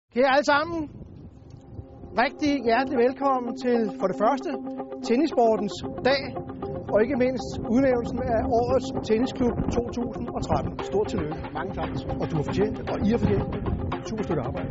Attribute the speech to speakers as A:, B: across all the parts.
A: Kære alle sammen, rigtig hjertelig velkommen til for det første tennissportens dag, og ikke mindst udnævnelsen af årets tennisklub 2013. Stort tillykke. Mange tak. Og du har fortjent det, og I har fortjent det. Super stykke arbejde.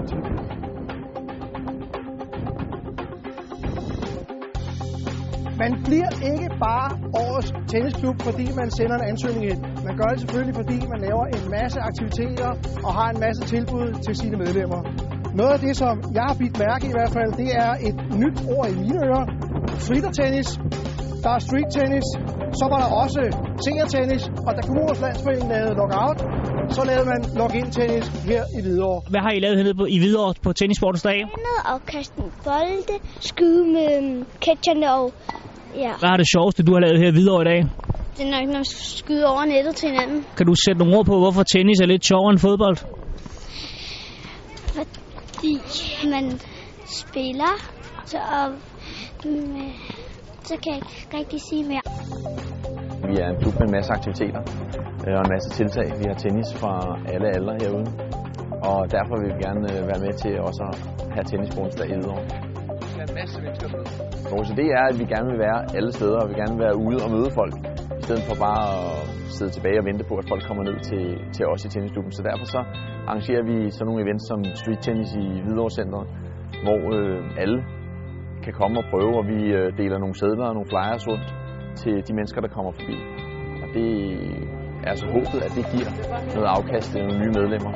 A: Man bliver ikke bare årets tennisklub, fordi man sender en ansøgning ind. Man gør det selvfølgelig, fordi man laver en masse aktiviteter og har en masse tilbud til sine medlemmer. Noget af det, som jeg har bidt mærke i hvert fald, det er et nyt ord i mine ører. Flittertennis. Der er street tennis. Så var der også seniortennis. Og da Kommunernes Landsforening lavede lockout, så lavede man lock-in tennis her i Hvidovre.
B: Hvad har I lavet hernede i Hvidovre på tennissportens dag?
C: Og kaste bolde, skyde med catcherne og ja.
B: Hvad er det sjoveste, du har lavet her i Hvidovre i dag?
C: Det er nok, når man skyder over nettet til hinanden.
B: Kan du sætte nogle ord på, hvorfor tennis er lidt sjovere end fodbold?
C: Fordi man spiller, så kan jeg ikke rigtig sige mere.
D: Vi er en klub med en masse aktiviteter og en masse tiltag. Vi har tennis fra alle aldre herude, og derfor vil vi gerne være med til også at have tennissportens dag i Hvidovre. Vores idé er, at vi gerne vil være alle steder, og vi gerne vil være ude og møde folk, i stedet for bare at sidde tilbage og vente på, at folk kommer ned til os i tennisklubben. Så derfor så arrangerer vi sådan nogle events som street tennis i Hvidovre Centret, hvor alle kan komme og prøve, og vi deler nogle sedler og nogle flyers rundt til de mennesker, der kommer forbi. Og det er altså håbet, at det giver noget afkast til nogle nye medlemmer.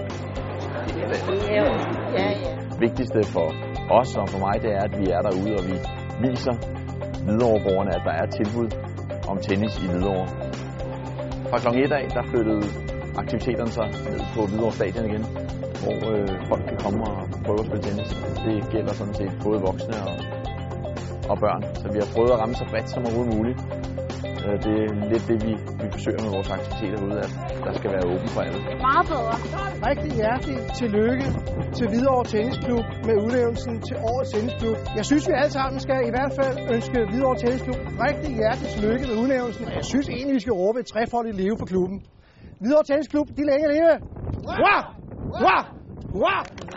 D: Det vigtigste for os og for mig, det er, at vi er derude, og vi viser Hvidovreborgerne, at der er et tilbud om tennis i Hvidovre. Fra kl. 1 af, der flyttede aktiviteterne sig ned på Hvidovre Stadion igen, hvor folk kan komme og prøve at spille tennis. Det gælder sådan set både voksne og børn, så vi har prøvet at ramme så bredt som overhovedet muligt. Det er lidt det, vi forsøger med vores aktiviteter ude, at der skal være åben for alle.
C: Meget bedre.
A: Rigtig hjertelig tillykke til Hvidovre Tennisklub med udnævnelsen til årets tennisklub. Jeg synes, vi alle sammen skal i hvert fald ønske Hvidovre Tennisklub rigtig hjertelig tillykke med udnævnelsen. Jeg synes egentlig, vi skal råbe et trefoldigt leve for klubben. Hvidovre Tennisklub, de længe leve! Hurra! Hurra! Hurra!